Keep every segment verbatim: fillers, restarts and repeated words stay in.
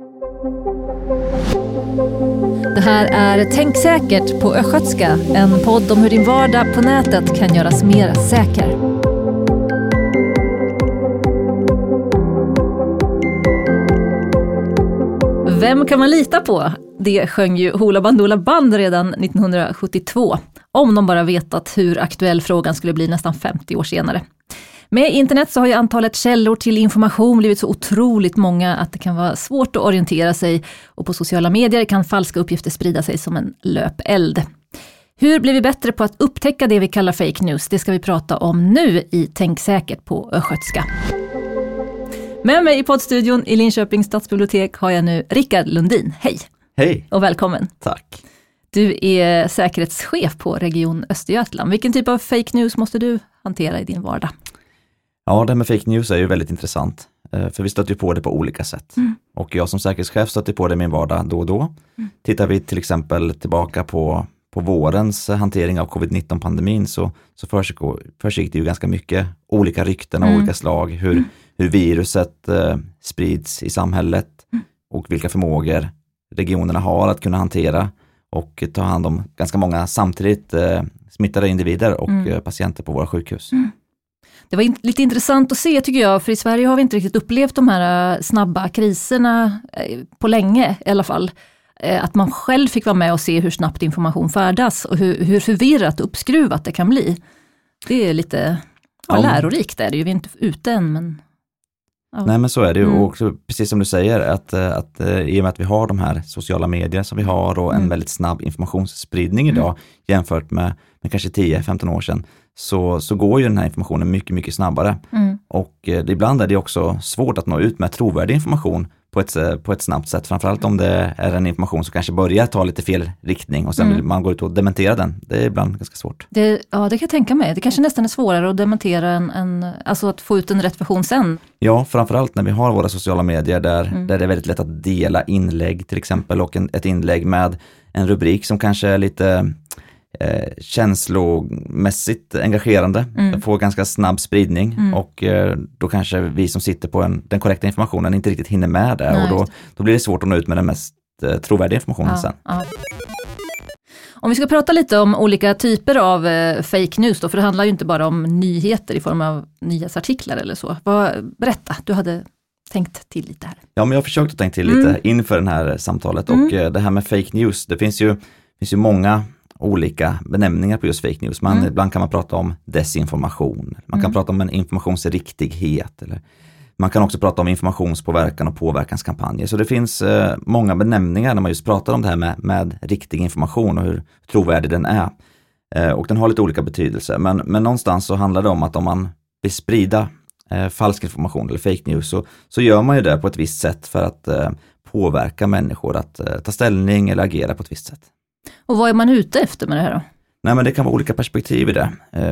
Det här är Tänk säkert på Östgötska, en podd om hur din vardag på nätet kan göras mer säker. Vem kan man lita på? Det sjöng ju Hoola Bandoola Band redan nittonhundrasjuttiotvå, om de bara vetat hur aktuell frågan skulle bli nästan femtio år senare. Med internet så har ju antalet källor till information blivit så otroligt många att det kan vara svårt att orientera sig, och på sociala medier kan falska uppgifter sprida sig som en löpeld. Hur blir vi bättre på att upptäcka det vi kallar fake news? Det ska vi prata om nu i Tänk säkert på Östgötska. Med mig i poddstudion i Linköpings stadsbibliotek har jag nu Rickard Lundin. Hej! Hej! Och välkommen! Tack! Du är säkerhetschef på Region Östergötland. Vilken typ av fake news måste du hantera i din vardag? Ja, det här med fake news är ju väldigt intressant. För vi stöter ju på det på olika sätt. Mm. Och jag som säkerhetschef stöter på det i min vardag då och då. Mm. Tittar vi till exempel tillbaka på, på vårens hantering av covid nitton-pandemin så, så försiggick det ju ganska mycket olika rykten av mm. olika slag. Hur, mm. hur viruset eh, sprids i samhället mm. och vilka förmågor regionerna har att kunna hantera och ta hand om ganska många samtidigt eh, smittade individer och mm. eh, patienter på våra sjukhus. Mm. Det var in- lite intressant att se tycker jag, för i Sverige har vi inte riktigt upplevt de här snabba kriserna eh, på länge i alla fall. Eh, att man själv fick vara med och se hur snabbt information färdas och hur, hur förvirrat och uppskruvat det kan bli. Det är lite ja, lärorikt är det ju, vi är inte ute än men... Ja. Nej men så är det ju mm. och också, precis som du säger att, att, att i och med att vi har de här sociala medier som vi har och en mm. väldigt snabb informationsspridning idag mm. jämfört med, med kanske tio femton år sedan så, så går ju den här informationen mycket mycket snabbare mm. och eh, ibland är det också svårt att nå ut med trovärdig information på ett, på ett snabbt sätt, framförallt om det är en information som kanske börjar ta lite fel riktning och sen mm. vill man gå ut och dementera den. Det är ibland ganska svårt. Det, ja, det kan jag tänka mig. Det kanske nästan är svårare att dementera en, en alltså att få ut en rätt version sen. Ja, framförallt när vi har våra sociala medier där, mm. där det är väldigt lätt att dela inlägg till exempel och en, ett inlägg med en rubrik som kanske är lite eh, känslomässigt engagerande. Mm. Får ganska snabb spridning mm. och eh, då kanske vi som sitter på en, den korrekta informationen inte riktigt hinner med det. Nej. Och då, då blir det svårt att nå ut med den mest eh, trovärdiga informationen ja, sen. Ja. Om vi ska prata lite om olika typer av eh, fake news då, för det handlar ju inte bara om nyheter i form av nyhetsartiklar eller så. Vad, berätta, du hade tänkt till lite här. Ja, men jag har försökt att tänka till lite mm. inför det här samtalet mm. och eh, det här med fake news, det finns ju, finns ju många olika benämningar på just fake news. Man, mm. Ibland kan man prata om desinformation, man kan mm. prata om en informationsriktighet eller man kan också prata om informationspåverkan och påverkanskampanjer. Så det finns eh, många benämningar när man just pratar om det här med, med riktig information och hur trovärdig den är. Eh, och den har lite olika betydelse. Men, men någonstans så handlar det om att om man vill sprida eh, falsk information eller fake news så, så gör man ju det på ett visst sätt för att eh, påverka människor att eh, ta ställning eller agera på ett visst sätt. Och vad är man ute efter med det här då? Nej, men det kan vara olika perspektiv i det.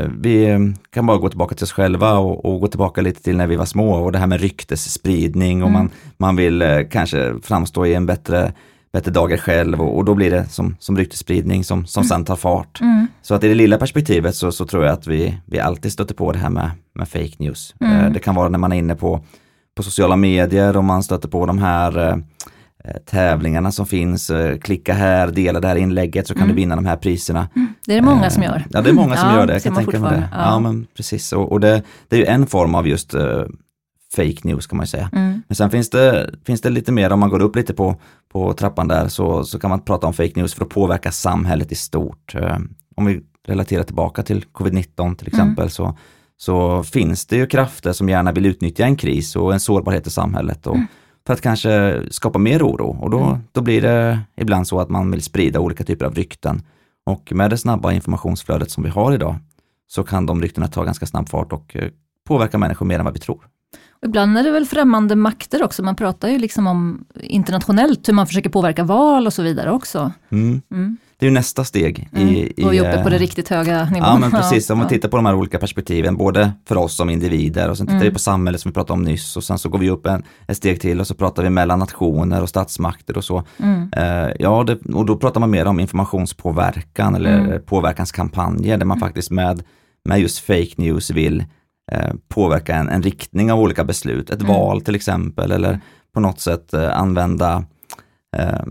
Vi kan bara gå tillbaka till oss själva och, och gå tillbaka lite till när vi var små och det här med ryktesspridning och mm. man, man vill kanske framstå i en bättre, bättre dagar själv och, och då blir det som, som ryktesspridning som, som mm. sen tar fart. Mm. Så att i det lilla perspektivet så, så tror jag att vi, vi alltid stöter på det här med, med fake news. Mm. Det kan vara när man är inne på, på sociala medier och man stöter på de här tävlingarna som finns, klicka här, dela det här inlägget så kan mm. du vinna de här priserna. Mm. Det är det många som gör. Ja, det är många som ja, gör det. Jag kan tänka mig det. Ja. ja, men precis. Och, och det, det är ju en form av just uh, fake news kan man ju säga. Mm. Men sen finns det, finns det lite mer, om man går upp lite på, på trappan där så, så kan man prata om fake news för att påverka samhället i stort. Uh, om vi relaterar tillbaka till covid nitton till exempel mm. så, så finns det ju krafter som gärna vill utnyttja en kris och en sårbarhet i samhället och mm. för att kanske skapa mer oro och då, då blir det ibland så att man vill sprida olika typer av rykten och med det snabba informationsflödet som vi har idag så kan de ryktena ta ganska snabb fart och påverka människor mer än vad vi tror. Och ibland är det väl främmande makter också, man pratar ju liksom om internationellt hur man försöker påverka val och så vidare också. Mm. Mm. Det är ju nästa steg. Mm. I, i, och är uppe på det riktigt höga nivån. Ja, men precis. Om man tittar på de här olika perspektiven, både för oss som individer och sen tittar mm. vi på samhället som vi pratade om nyss och sen så går vi upp en, ett steg till och så pratar vi mellan nationer och statsmakter och så. Mm. Uh, ja, det, och då pratar man mer om informationspåverkan eller mm. påverkanskampanjer där man mm. faktiskt med, med just fake news vill uh, påverka en, en riktning av olika beslut. Ett mm. val till exempel eller på något sätt eh, använda, eh,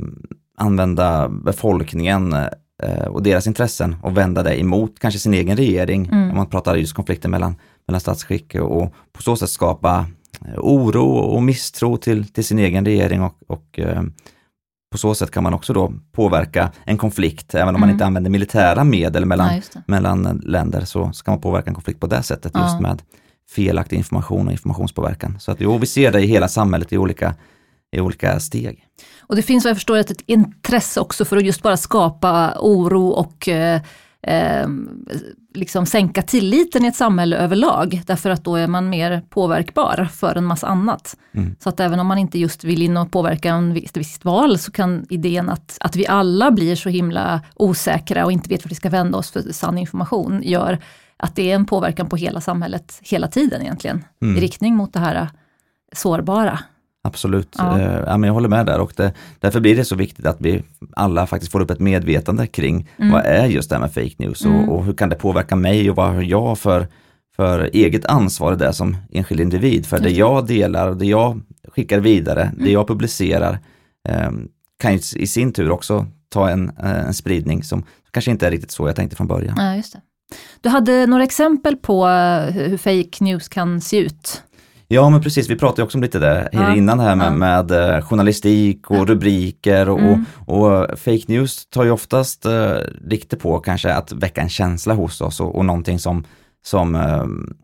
använda befolkningen eh, och deras intressen och vända det emot kanske sin egen regering. Mm. Om man pratar just konflikten mellan, mellan statsskick och på så sätt skapa oro och misstro till, till sin egen regering och, och eh, på så sätt kan man också då påverka en konflikt, även om mm. man inte använder militära medel mellan, ja, mellan länder, så, så kan man påverka en konflikt på det sättet, ja. just med felaktig information och informationspåverkan. Så att jo, vi ser det i hela samhället i olika, i olika steg. Och det finns, vad jag förstår, ett, ett intresse också för att just bara skapa oro och eh, eh, liksom sänka tilliten i ett samhälle överlag, därför att då är man mer påverkbar för en massa annat. Mm. Så att även om man inte just vill in och påverka en visst, visst val, så kan idén att, att vi alla blir så himla osäkra och inte vet vart vi ska vända oss för sann information gör att det är en påverkan på hela samhället hela tiden egentligen, mm. i riktning mot det här sårbara. Absolut, ja. Eh, ja, men jag håller med där, och det, därför blir det så viktigt att vi alla faktiskt får upp ett medvetande kring mm. vad är just det här med fake news mm. och, och hur kan det påverka mig och vad har jag för, för eget ansvar där som enskild individ. För det jag delar, det jag skickar vidare, mm. det jag publicerar eh, kan ju i sin tur också ta en, en spridning som kanske inte är riktigt så jag tänkte från början. Ja, just det. Du hade några exempel på hur fake news kan se ut. Ja, men precis. Vi pratade också om lite där ja. innan här med, ja. med journalistik och ja. rubriker och, mm. och, och fake news tar ju oftast uh, rikte på kanske att väcka en känsla hos oss och, och någonting som, som uh,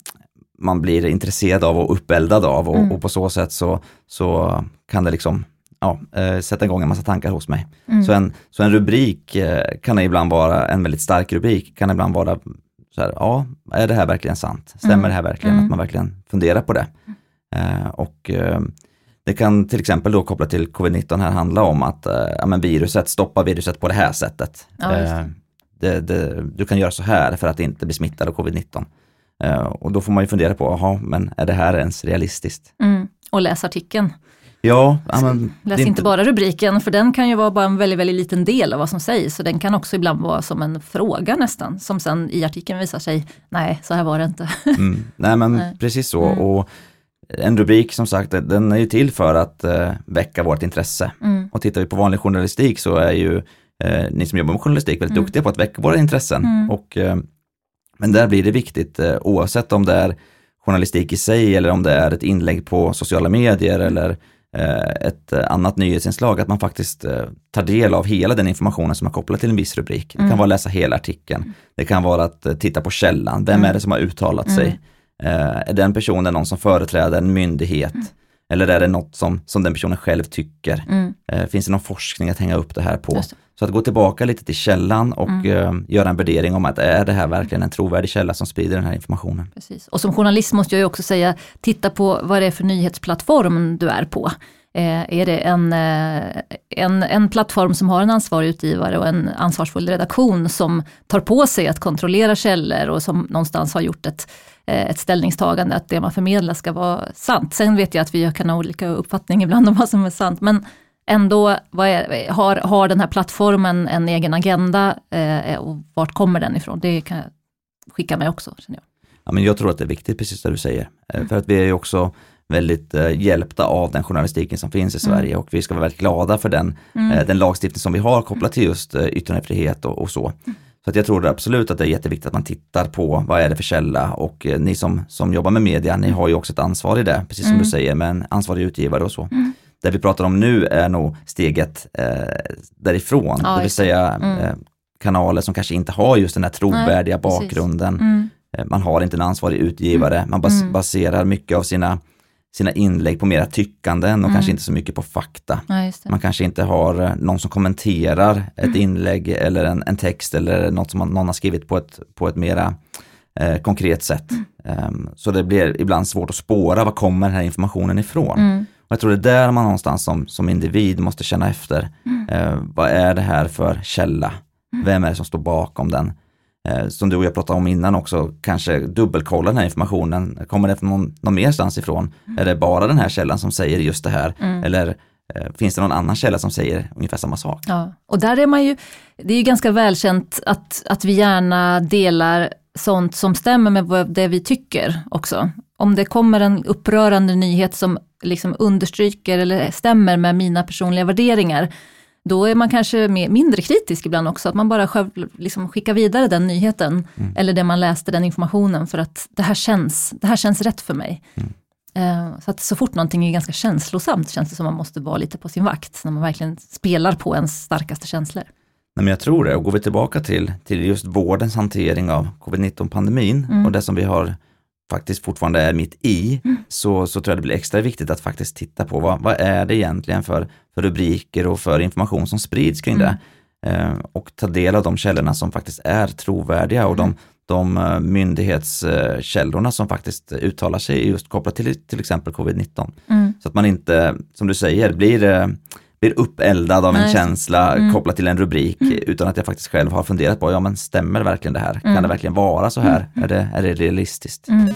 man blir intresserad av och uppeldad av och, mm. och på så sätt så, så kan det liksom ja, uh, sätta igång en massa tankar hos mig. Mm. Så, en, så en rubrik uh, kan ibland vara en väldigt stark rubrik, kan ibland vara så här, ja, är det här verkligen sant? Stämmer mm. det här verkligen? Mm. Att man verkligen funderar på det. Uh, och uh, det kan till exempel då kopplat till covid nitton här handla om att uh, ja, men viruset, stoppa viruset på det här sättet. Ja, det. Uh, det, det, du kan göra så här för att inte bli smittad av covid nitton. Uh, och då får man ju fundera på, aha, men är det här ens realistiskt? Mm. Och läs artikeln. Ja, men, läs inte bara rubriken, för den kan ju vara bara en väldigt, väldigt liten del av vad som sägs. Så den kan också ibland vara som en fråga nästan, som sen i artikeln visar sig, nej, så här var det inte. mm. Nej, men nej. precis så. Mm. Och en rubrik som sagt, den är ju till för att eh, väcka vårt intresse. Mm. Och tittar vi på vanlig journalistik så är ju eh, ni som jobbar med journalistik väldigt mm. duktiga på att väcka våra intressen. Mm. Och, eh, men där blir det viktigt, eh, oavsett om det är journalistik i sig eller om det är ett inlägg på sociala medier eller ett annat nyhetsinslag, att man faktiskt tar del av hela den informationen som är kopplad till en viss rubrik. Det kan mm. vara att läsa hela artikeln. Det kan vara att titta på källan. Vem mm. är det som har uttalat mm. sig? Är den personen någon som företräder en myndighet? Mm. Eller är det något som, som den personen själv tycker? Mm. Finns det någon forskning att hänga upp det här på? Så att gå tillbaka lite till källan och mm. göra en värdering om att är det här verkligen en trovärdig källa som sprider den här informationen. Precis. Och som journalist måste jag ju också säga, titta på vad det är för nyhetsplattform du är på. Eh, är det en, en, en plattform som har en ansvarig utgivare och en ansvarsfull redaktion som tar på sig att kontrollera källor och som någonstans har gjort ett, ett ställningstagande att det man förmedlar ska vara sant. Sen vet jag att vi kan ha olika uppfattning ibland om vad som är sant, men ändå vad är, har, har den här plattformen en egen agenda eh, och vart kommer den ifrån? Det kan jag skicka med också, känner jag. Ja, men jag tror att det är viktigt, precis det du säger. Mm. För att vi är ju också väldigt eh, hjälpta av den journalistiken som finns i Sverige mm. och vi ska vara väldigt glada för den, mm. eh, den lagstiftning som vi har kopplat till just eh, yttrandefrihet och, och så. Mm. Så att jag tror absolut att det är jätteviktigt att man tittar på vad är det för källa, och eh, ni som, som jobbar med media, ni har ju också ett ansvar i det, precis som mm. du säger, med en ansvarig utgivare och så. Mm. Det vi pratar om nu är nog steget eh, därifrån, ja, det vill säga mm. eh, kanaler som kanske inte har just den här trovärdiga Nej, bakgrunden. Mm. Eh, man har inte en ansvarig utgivare, mm. man bas- mm. baserar mycket av sina, sina inlägg på mera tyckanden och mm. kanske inte så mycket på fakta. Ja, man kanske inte har någon som kommenterar ett mm. inlägg eller en, en text eller något som man, någon har skrivit på ett, på ett mera eh, konkret sätt. Mm. Um, så det blir ibland svårt att spåra var kommer den här informationen ifrån. Mm. Och jag tror det är där man någonstans som, som individ måste känna efter. Mm. Eh, vad är det här för källa? Mm. Vem är det som står bakom den? Eh, som du och jag pratade om innan också, kanske dubbelkolla den här informationen. Kommer det från någon, någon merstans ifrån? Mm. Är det bara den här källan som säger just det här? Mm. Eller eh, finns det någon annan källa som säger ungefär samma sak? Ja, och där är man ju, det är ju ganska välkänt att, att vi gärna delar sånt som stämmer med det vi tycker också. Om det kommer en upprörande nyhet som liksom understryker eller stämmer med mina personliga värderingar, då är man kanske mer, mindre kritisk ibland också. Att man bara själv, liksom, skickar vidare den nyheten mm. eller det man läste, den informationen, för att det här känns, det här känns rätt för mig. Mm. Uh, så att så fort någonting är ganska känslosamt känns det som man måste vara lite på sin vakt när man verkligen spelar på ens starkaste känslor. Nej, men jag tror det, och går vi tillbaka till, till just vårdens hantering av covid nitton-pandemin mm. och det som vi har faktiskt fortfarande är mitt i, mm. så, så tror jag det blir extra viktigt att faktiskt titta på vad, vad är det egentligen för, för rubriker och för information som sprids kring mm. det. Eh, och ta del av de källorna som faktiskt är trovärdiga och mm. de, de myndighetskällorna som faktiskt uttalar sig just kopplat till till exempel covid nitton. Mm. Så att man inte, som du säger, blir... blir uppeldad av Nej. en känsla mm. kopplat till en rubrik mm. utan att jag faktiskt själv har funderat på, ja men stämmer verkligen det här? Mm. Kan det verkligen vara så här? Mm. Är, det, är det realistiskt? Mm.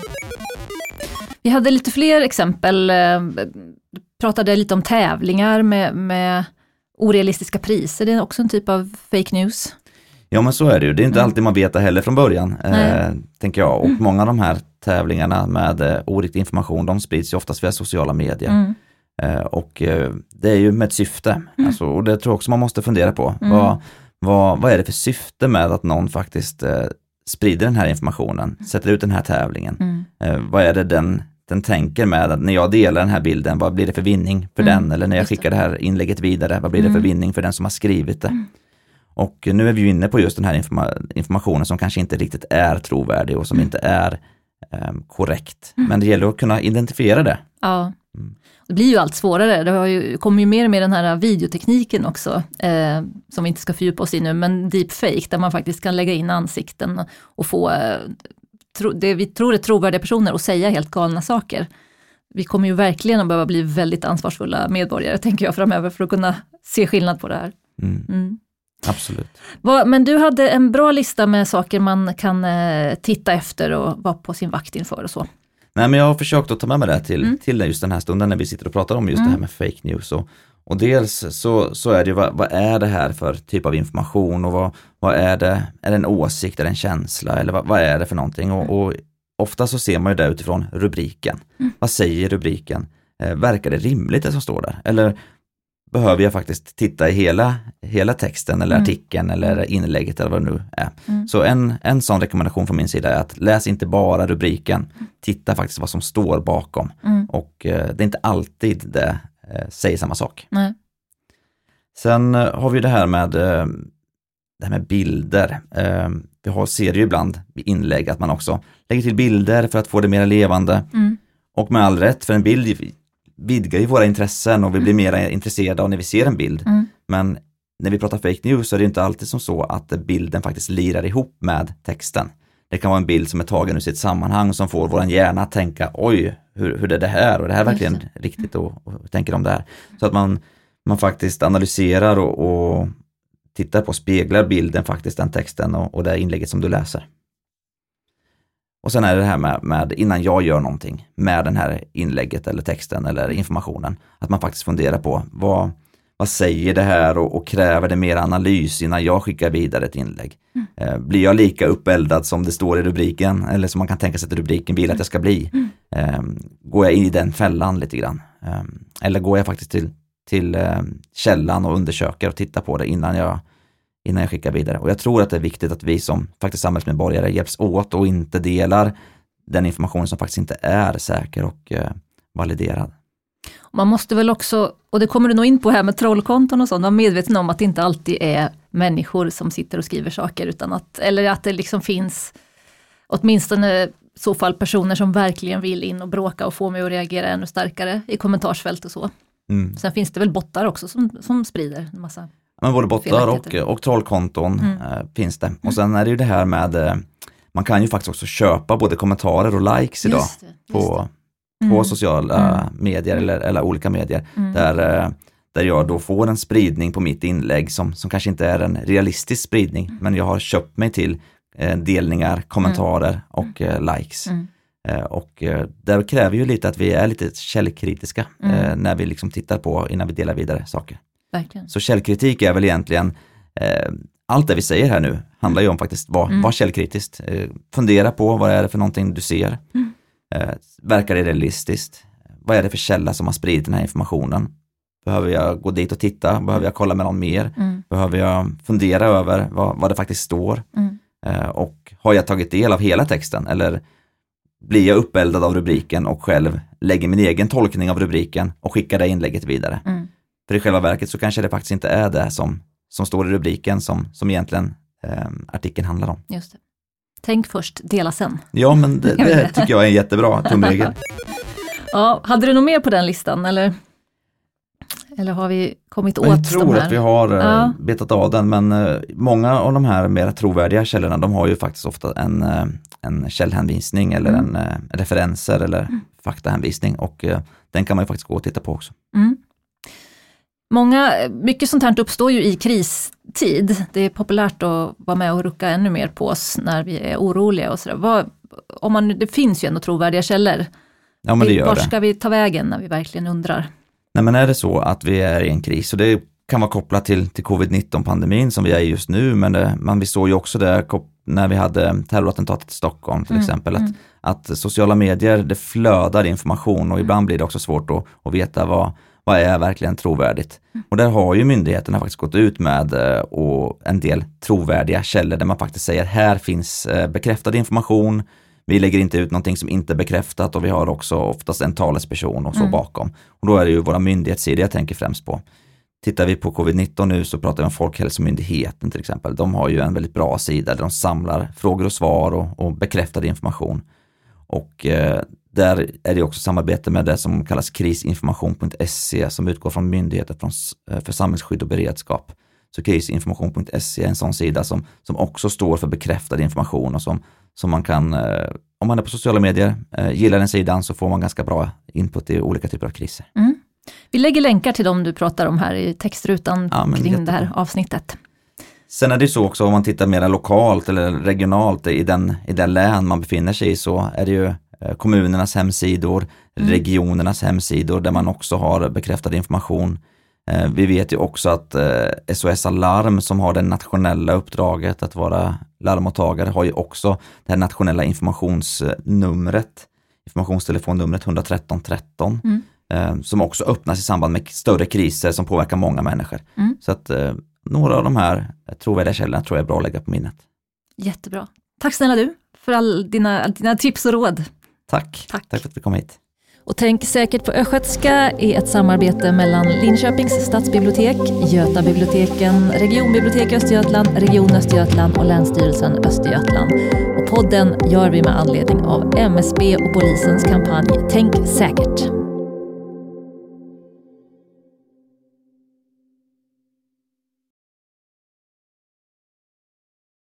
Vi hade lite fler exempel. Du pratade lite om tävlingar med, med orealistiska priser. Det är också en typ av fake news. Ja, men så är det ju. Det är inte mm. alltid man vet det heller från början, eh, tänker jag. Och mm. många av de här tävlingarna med eh, oriktig information, de sprids ju oftast via sociala medier. Mm. Eh, och eh, det är ju med ett syfte. Mm. Alltså, och det tror jag också man måste fundera på. Mm. Vad, vad, vad är det för syfte med att någon faktiskt eh, sprider den här informationen, sätter ut den här tävlingen? Mm. Eh, vad är det den, den tänker med att när jag delar den här bilden, vad blir det för vinning för mm. den? Eller när jag skickar det här inlägget vidare, vad blir det för vinning för den som har skrivit det? Mm. Och nu är vi ju inne på just den här informa- informationen som kanske inte riktigt är trovärdig och som mm. inte är eh, korrekt. Mm. Men det gäller att kunna identifiera det. Ja, mm. det blir ju allt svårare. Det har ju, kommer ju mer och mer den här videotekniken också, eh, som vi inte ska fördjupa oss i nu, men deepfake, där man faktiskt kan lägga in ansikten och få eh, tro, det vi tror är trovärdiga personer och säga helt galna saker. Vi kommer ju verkligen att behöva bli väldigt ansvarsfulla medborgare, tänker jag, framöver för att kunna se skillnad på det här. Mm. Mm. Absolut. Men du hade en bra lista med saker man kan eh, titta efter och vara på sin vakt inför och så. Nej, men jag har försökt att ta med mig det till, mm. till just den här stunden när vi sitter och pratar om just mm. det här med fake news. Och, och dels så, så är det ju, vad, vad är det här för typ av information och vad, vad är det, är det en åsikt, är det en känsla eller vad, vad är det för någonting? Och, och ofta så ser man ju det utifrån rubriken. Mm. Vad säger rubriken? Eh, verkar det rimligt det som står där? Eller behöver jag faktiskt titta i hela, hela texten eller mm. artikeln eller inlägget eller vad det nu är. Mm. Så en, en sån rekommendation från min sida är att läs inte bara rubriken, titta faktiskt vad som står bakom. Mm. Och eh, det är inte alltid det eh, säger samma sak. Nej. Sen eh, har vi det här med, eh, det här med bilder. Eh, vi har, ser ju ibland i inlägg att man också lägger till bilder för att få det mer levande. Mm. Och med all rätt, för en bild vidgar ju våra intressen och vi blir mer intresserade av när vi ser en bild. Mm. Men när vi pratar fake news så är det inte alltid som så att bilden faktiskt lirar ihop med texten. Det kan vara en bild som är tagen ur sitt sammanhang som får våran hjärna att tänka, oj, hur, hur är det här? Och det här är verkligen mm. riktigt och, och tänker om det här. Så att man, man faktiskt analyserar och, och tittar på, speglar bilden faktiskt den texten och, och det inlägget som du läser. Och sen är det här med, med innan jag gör någonting med den här inlägget eller texten eller informationen, att man faktiskt funderar på vad, vad säger det här och, och kräver det mer analys innan jag skickar vidare ett inlägg. Mm. Eh, blir jag lika uppeldad som det står i rubriken eller som man kan tänka sig att rubriken vill att jag ska bli? Mm. Eh, går jag in i den fällan lite grann? Eh, eller går jag faktiskt till, till eh, källan och undersöker och tittar på det innan jag innan jag skickar vidare. Och jag tror att det är viktigt att vi som faktiskt samhällsmedborgare hjälps åt och inte delar den information som faktiskt inte är säker och eh, validerad. Man måste väl också, och det kommer du nog in på här med trollkonton och sånt, vara medveten om att det inte alltid är människor som sitter och skriver saker, utan att, eller att det liksom finns åtminstone i så fall personer som verkligen vill in och bråka och få mig att reagera ännu starkare i kommentarsfält och så. Mm. Sen finns det väl bottar också som, som sprider en massa. Men både bottar och, och trollkonton mm. äh, finns det. Och sen är det ju det här med, äh, man kan ju faktiskt också köpa både kommentarer och likes idag just det, just på, mm. på sociala mm. medier eller, eller olika medier. Mm. Där, äh, där jag då får en spridning på mitt inlägg som, som kanske inte är en realistisk spridning. Mm. Men jag har köpt mig till äh, delningar, kommentarer mm. och äh, likes. Mm. Äh, och äh, där kräver ju lite att vi är lite källkritiska mm. äh, när vi liksom tittar på innan vi delar vidare saker. Verkligen. Så källkritik är väl egentligen eh, allt det vi säger här nu handlar ju om faktiskt vad mm. var källkritiskt. Eh, fundera på vad är det för någonting du ser. Mm. Eh, verkar det realistiskt? vad är det för källa som har spridit den här informationen? Behöver jag gå dit och titta? Behöver jag kolla med någon mer? Mm. Behöver jag fundera över vad, vad det faktiskt står? Mm. Eh, och har jag tagit del av hela texten? Eller blir jag uppeldad av rubriken och själv lägger min egen tolkning av rubriken och skickar det inlägget vidare? Mm. För i själva verket så kanske det faktiskt inte är det som, som står i rubriken som, som egentligen eh, artikeln handlar om. Just det. Tänk först, dela sen. Ja, men det, det tycker jag är en jättebra tumregel. Ja, hade du något mer på den listan eller, eller har vi kommit åt de här? Jag tror att vi har ja. betat av den, men många av de här mer trovärdiga källorna, de har ju faktiskt ofta en, en källhänvisning eller mm. en referenser eller mm. faktahänvisning, och den kan man ju faktiskt gå och titta på också. Mm. Många, mycket sånt här uppstår ju i kristid. Det är populärt att vara med och rucka ännu mer på oss när vi är oroliga och sådär. Vad, om man, det finns ju ändå trovärdiga källor. Ja, men det gör Var det. ska vi ta vägen när vi verkligen undrar? Nej, men är det så att vi är i en kris, och det kan vara kopplat till, till covid nitton-pandemin som vi är i just nu, men det, man, vi såg ju också det när vi hade terrorattentatet i Stockholm till mm, exempel, att, mm. att sociala medier, det flödar information, och ibland blir det också svårt att, att veta vad, vad är verkligen trovärdigt. Mm. Och där har ju myndigheterna faktiskt gått ut med och en del trovärdiga källor där man faktiskt säger här finns bekräftad information. Vi lägger inte ut någonting som inte är bekräftat, och vi har också oftast en talesperson och så mm. bakom. Och då är det ju våra myndighetssidor jag tänker främst på. Tittar vi på covid nitton nu så pratar vi om Folkhälsomyndigheten till exempel. De har ju en väldigt bra sida där de samlar frågor och svar och, och bekräftad information. Och eh, där är det också samarbete med det som kallas krisinformation punkt se som utgår från myndigheter från, för samhällsskydd och beredskap. Så krisinformation punkt se är en sån sida som, som också står för bekräftad information, och som, som man kan, eh, om man är på sociala medier, eh, gillar den sidan, så får man ganska bra input i olika typer av kriser. Mm. Vi lägger länkar till dem du pratar om här i textrutan ja, kring jättebra. Det här avsnittet. Sen är det så också, om man tittar mer lokalt eller regionalt i den, i den län man befinner sig i, så är det ju kommunernas hemsidor, mm. regionernas hemsidor där man också har bekräftad information. Vi vet ju också att S O S Alarm, som har det nationella uppdraget att vara larmmottagare, har ju också det här nationella informationsnumret, informationstelefonnumret ett tre tre ett tre, mm. som också öppnas i samband med större kriser som påverkar många människor. Mm. Så att några av de här trovärdiga källorna tror jag är bra att lägga på minnet. Jättebra. Tack snälla du för all dina, dina tips och råd. Tack. Tack. Tack för att vi kom hit. Och Tänk säkert på Östgötska är ett samarbete mellan Linköpings stadsbibliotek, Götabiblioteken, Regionbibliotek Östergötland, Region Östergötland och Länsstyrelsen Östergötland. Och podden gör vi med anledning av M S B och polisens kampanj Tänk säkert.